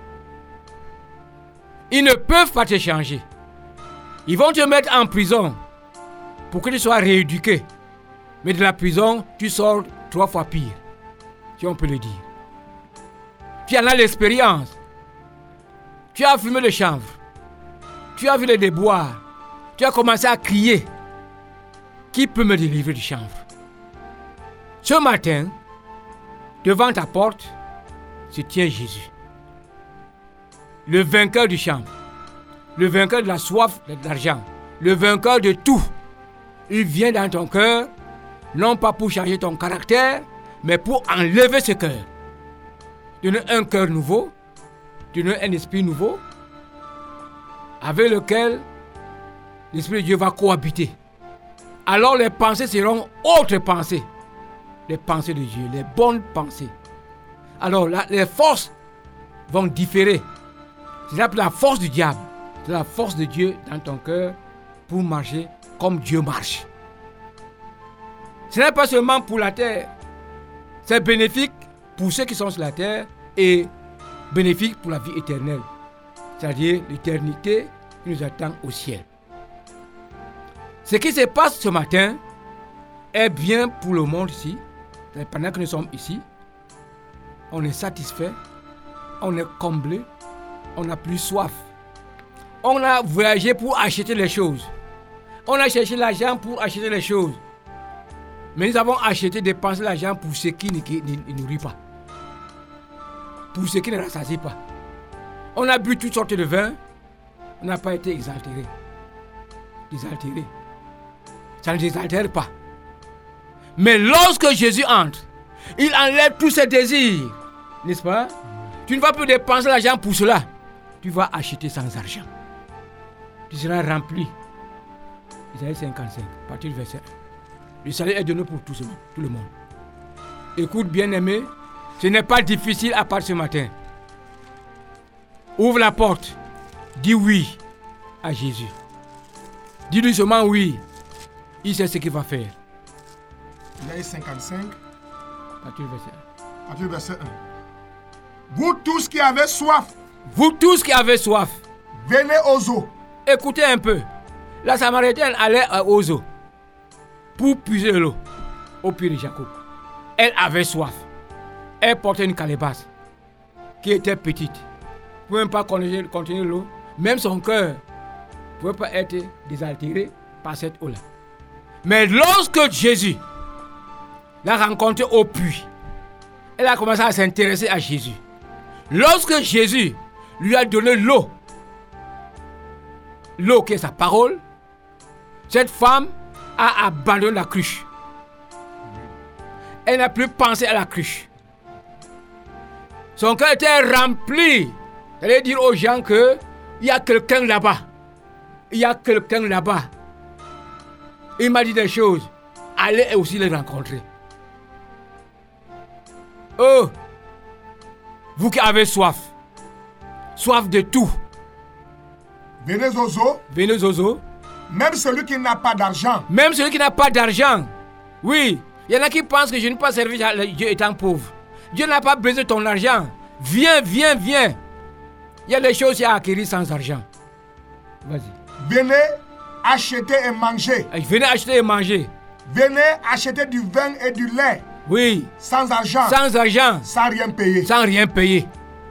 Ils ne peuvent pas te changer. Ils vont te mettre en prison pour que tu sois rééduqué. Mais de la prison, tu sors trois fois pire, si on peut le dire. Tu en as l'expérience. Tu as fumé le chanvre. Tu as vu les déboires. Tu as commencé à crier. Qui peut me délivrer du chanvre? Ce matin, devant ta porte, se tient Jésus. Le vainqueur du chanvre. Le vainqueur de la soif d'argent. Le vainqueur de tout. Il vient dans ton cœur, non pas pour changer ton caractère, mais pour enlever ce cœur. Donner un cœur nouveau, donner un esprit nouveau, avec lequel l'Esprit de Dieu va cohabiter. Alors les pensées seront autres pensées. Les pensées de Dieu, les bonnes pensées. Alors là, les forces vont différer. C'est là la force du diable. C'est la force de Dieu dans ton cœur pour marcher comme Dieu marche. Ce n'est pas seulement pour la terre. C'est bénéfique pour ceux qui sont sur la terre et bénéfique pour la vie éternelle. C'est-à-dire l'éternité qui nous attend au ciel. Ce qui se passe ce matin est bien pour le monde ici. Pendant que nous sommes ici, on est satisfait, on est comblé, on n'a plus soif. On a voyagé pour acheter les choses. On a cherché l'argent pour acheter les choses. Mais nous avons acheté, dépensé l'argent pour ce qui ne, ne, ne nourrit pas. Pour ce qui ne rassasie pas. On a bu toutes sortes de vins. On n'a pas été exaltéré. Désaltéré. Ça ne désaltère pas. Mais lorsque Jésus entre, il enlève tous ses désirs. N'est-ce pas? Tu ne vas plus dépenser l'argent pour cela. Tu vas acheter sans argent. Tu seras rempli. Isaïe cinquante-cinq, à partir du verset un. Le salut est donné pour tout, ce, tout le monde. Écoute, bien-aimé, ce n'est pas difficile à part ce matin. Ouvre la porte. Dis oui à Jésus. Dis-lui seulement oui. Il sait ce qu'il va faire. Isaïe cinquante-cinq, à partir du verset un. à partir du verset un. Vous tous qui avez soif, vous tous qui avez soif, venez aux eaux. Écoutez un peu. La Samaritaine allait aux eaux pour puiser de l'eau au puits de Jacob. Elle avait soif. Elle portait une calebasse qui était petite. Elle ne pouvait même pas contenir l'eau. Même son cœur ne pouvait pas être désaltéré par cette eau-là. Mais lorsque Jésus l'a rencontré au puits, elle a commencé à s'intéresser à Jésus. Lorsque Jésus lui a donné l'eau, l'eau qui est sa parole, cette femme a abandonné la cruche. Elle n'a plus pensé à la cruche. Son cœur était rempli. Elle allait dire aux gens que il y a quelqu'un là-bas. Il y a quelqu'un là-bas. Il m'a dit des choses. Allez aussi les rencontrer. Oh, vous qui avez soif, soif de tout, venez Zozo. Venez Zozo. Même celui qui n'a pas d'argent. Même celui qui n'a pas d'argent. Oui, il y en a qui pensent que je ne peux pas servir à Dieu étant pauvre. Dieu n'a pas besoin de ton argent. Viens, viens, viens. Il y a des choses à acquérir sans argent. Vas-y. Venez acheter et manger. Venez acheter et manger. Venez acheter du vin et du lait. Oui. Sans argent. Sans argent. Sans rien payer. Sans rien payer.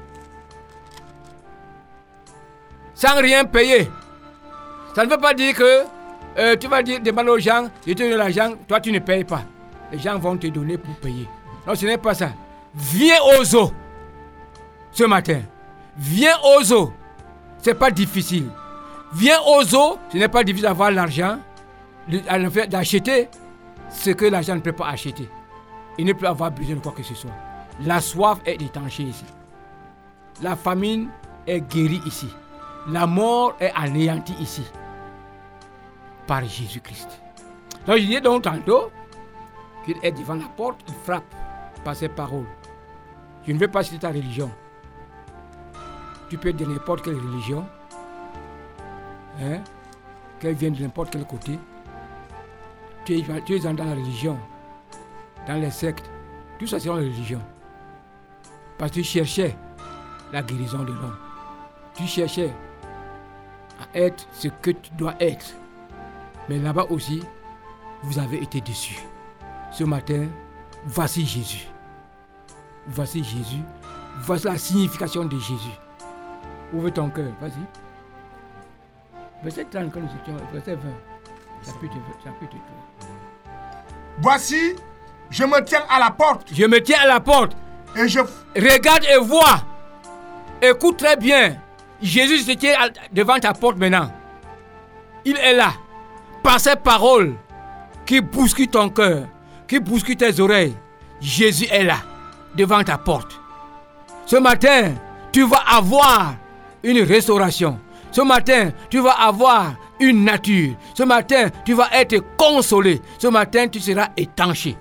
Sans rien payer. Ça ne veut pas dire que euh, tu vas dire, demander aux gens, je te donne l'argent, toi tu ne payes pas. Les gens vont te donner pour payer. Non, ce n'est pas ça. Viens aux eaux ce matin. Viens aux eaux. Ce n'est pas difficile. Viens aux eaux, ce n'est pas difficile d'avoir l'argent, d'acheter ce que l'argent ne peut pas acheter. Il ne peut avoir besoin de quoi que ce soit. La soif est étanchée ici. La famine est guérie ici. La mort est anéantie ici. Par Jésus-Christ. Donc je disais donc tantôt qu'il est devant la porte, il frappe par ses paroles. Je ne veux pas citer ta religion. Tu peux être de n'importe quelle religion, hein, qu'elle vienne de n'importe quel côté. Tu es, tu es dans la religion, dans les sectes, tout ça c'est dans la religion. Parce que tu cherchais la guérison de l'homme. Tu cherchais à être ce que tu dois être. Mais là-bas aussi, vous avez été déçus. Ce matin, voici Jésus. Voici Jésus. Voici la signification de Jésus. Ouvre ton cœur, vas-y. Verset trente, verset vingt. Chapitre, chapitre trois. Voici, je me tiens à la porte. Je me tiens à la porte. Et je... Regarde et vois. Écoute très bien. Jésus se tient devant ta porte maintenant. Il est là. Par ces paroles qui bousculent ton cœur, qui bousculent tes oreilles, Jésus est là, devant ta porte. Ce matin, tu vas avoir une restauration. Ce matin, tu vas avoir une nature. Ce matin, tu vas être consolé. Ce matin, tu seras étanché.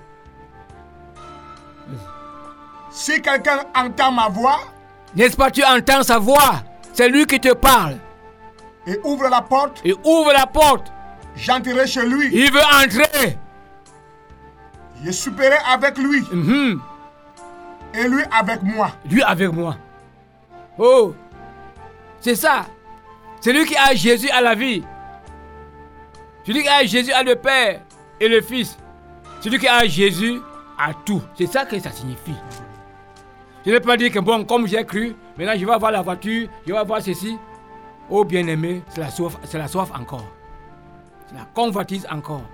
Si quelqu'un entend ma voix, n'est-ce pas, tu entends sa voix? C'est lui qui te parle. Et ouvre la porte. Et ouvre la porte. J'entrerai chez lui. Il veut entrer. Je souperai avec lui. Mm-hmm. Et lui avec moi. Lui avec moi. Oh, c'est ça. Celui qui a Jésus à la vie. Celui qui a Jésus a le Père et le Fils. Celui qui a Jésus a tout. C'est ça que ça signifie. Je ne vais pas dire que bon, comme j'ai cru, maintenant je vais avoir la voiture, je vais avoir ceci. Oh bien-aimé, c'est la soif, c'est la soif encore. C'est la convoitise encore.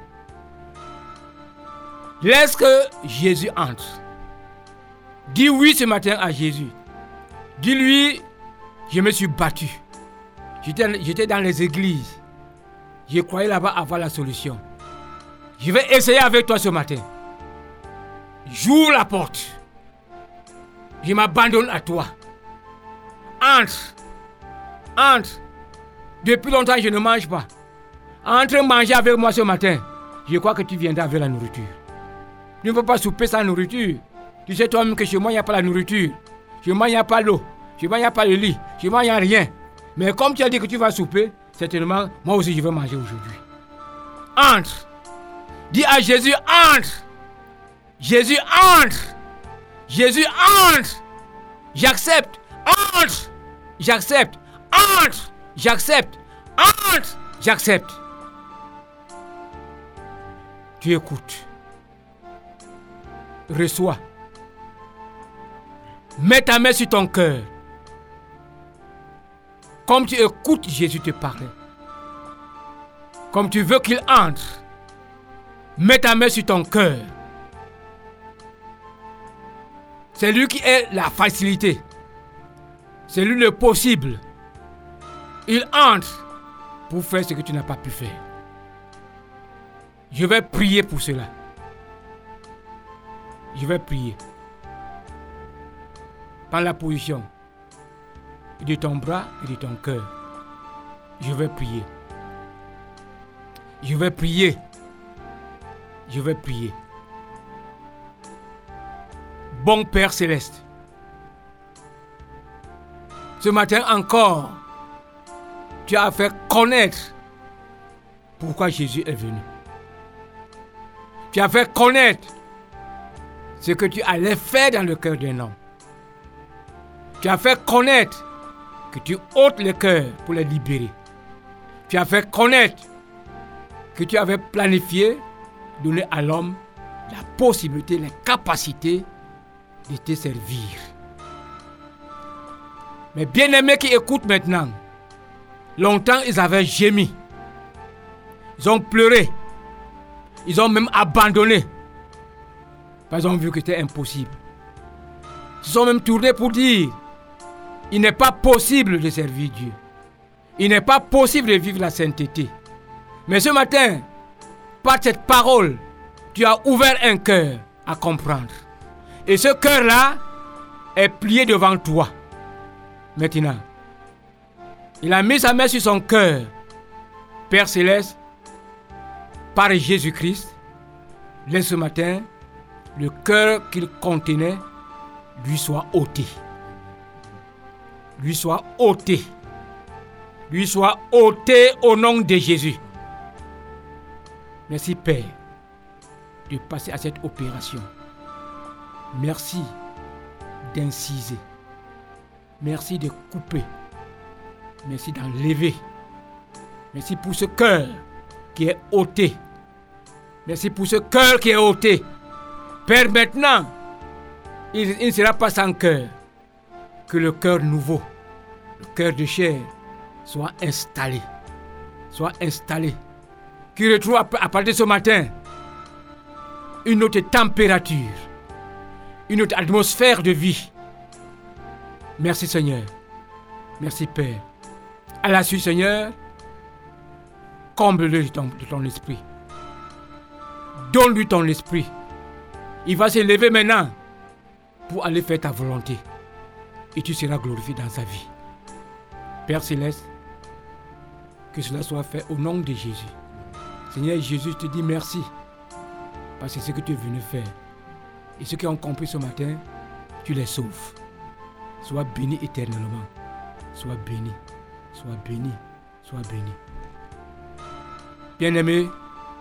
Laisse que Jésus entre. Dis oui ce matin à Jésus. Dis-lui, je me suis battu. J'étais, j'étais dans les églises. Je croyais là-bas avoir la solution. Je vais essayer avec toi ce matin. J'ouvre la porte. Je m'abandonne à toi. Entre. Entre. Depuis longtemps, je ne mange pas. Entre manger avec moi ce matin. Je crois que tu viendras avec la nourriture. Tu ne peux pas souper sans nourriture. Tu sais toi-même que chez moi, il n'y a pas la nourriture. Chez moi, il n'y a pas l'eau. Chez moi, il n'y a pas le lit. Chez moi, il n'y a rien. Mais comme tu as dit que tu vas souper, certainement, moi aussi, je vais manger aujourd'hui. Entre. Dis à Jésus, entre. Jésus, entre. Jésus, entre. J'accepte. Entre. J'accepte. Entre. J'accepte. Entre. J'accepte. Tu écoutes. Reçois. Mets ta main sur ton cœur. Comme tu écoutes Jésus te parler. Comme tu veux qu'il entre. Mets ta main sur ton cœur. C'est lui qui est la facilité. C'est lui le possible. Il entre pour faire ce que tu n'as pas pu faire. Je vais prier pour cela. Je vais prier. Par la position de ton bras et de ton cœur. Je vais prier. Je vais prier. Je vais prier. bon Père céleste, ce matin encore, tu as fait connaître pourquoi Jésus est venu. Tu as fait connaître ce que tu allais faire dans le cœur d'un homme. Tu as fait connaître que tu ôtes le cœur pour les libérer. Tu as fait connaître que tu avais planifié donner à l'homme la possibilité, les capacités de te servir. Mais bien-aimés qui écoutent maintenant, longtemps ils avaient gémi. Ils ont pleuré. Ils ont même abandonné. Parce qu'ils ont vu que c'était impossible. Ils se sont même tournés pour dire, il n'est pas possible de servir Dieu. Il n'est pas possible de vivre la sainteté. Mais ce matin, par cette parole, tu as ouvert un cœur à comprendre. Et ce cœur-là est plié devant toi. Maintenant, il a mis sa main sur son cœur. Père Céleste, par Jésus-Christ, laisse ce matin le cœur qu'il contenait lui soit ôté. Lui soit ôté. Lui soit ôté au nom de Jésus. Merci Père de passer à cette opération. Merci d'inciser. Merci de couper. Merci d'enlever. Merci pour ce cœur qui est ôté. Merci pour ce cœur qui est ôté. Père, maintenant, il, il ne sera pas sans cœur. Que le cœur nouveau, le cœur de chair, soit installé. Soit installé. Qu'il retrouve à, à partir de ce matin une autre température, une autre atmosphère de vie. Merci Seigneur. Merci Père. À la suite, Seigneur, comble-le de ton, de ton esprit. Donne-lui ton esprit. Il va se lever maintenant pour aller faire ta volonté. Et tu seras glorifié dans sa vie. Père Céleste, que cela soit fait au nom de Jésus. Seigneur Jésus, je te dis merci. Parce que c'est ce que tu es venu faire. Et ceux qui ont compris ce matin, tu les sauves. Sois béni éternellement. Sois béni. Sois béni. Sois béni. Bien-aimé,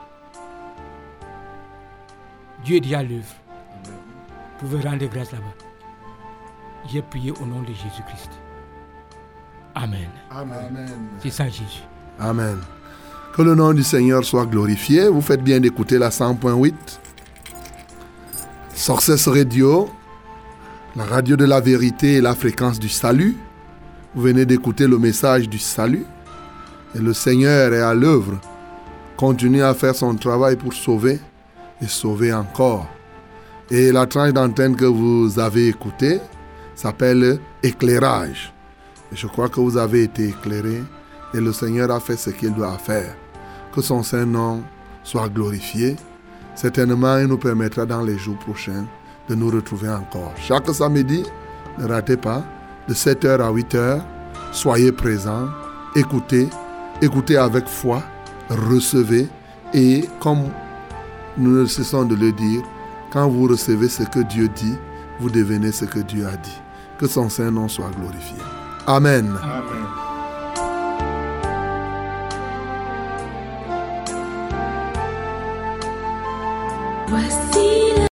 Dieu est déjà à l'œuvre. Vous pouvez rendre grâce là-bas. J'ai prié au nom de Jésus-Christ. Amen. Amen. C'est ça Jésus. Amen. Que le nom du Seigneur soit glorifié. Vous faites bien d'écouter la cent point huit. Success Radio, la radio de la vérité et la fréquence du salut. Vous venez d'écouter le message du salut. Et le Seigneur est à l'œuvre. Continue à faire son travail pour sauver et sauver encore. Et la tranche d'antenne que vous avez écoutée s'appelle éclairage. Et je crois que vous avez été éclairés et le Seigneur a fait ce qu'il doit faire. Que son Saint-Nom soit glorifié. Certainement, il nous permettra dans les jours prochains de nous retrouver encore. Chaque samedi, ne ratez pas, de sept heures à huit heures, soyez présents, écoutez, écoutez avec foi, recevez et comme nous ne cessons de le dire, quand vous recevez ce que Dieu dit, vous devenez ce que Dieu a dit. Que son Saint-Nom soit glorifié. Amen. Amen. Voici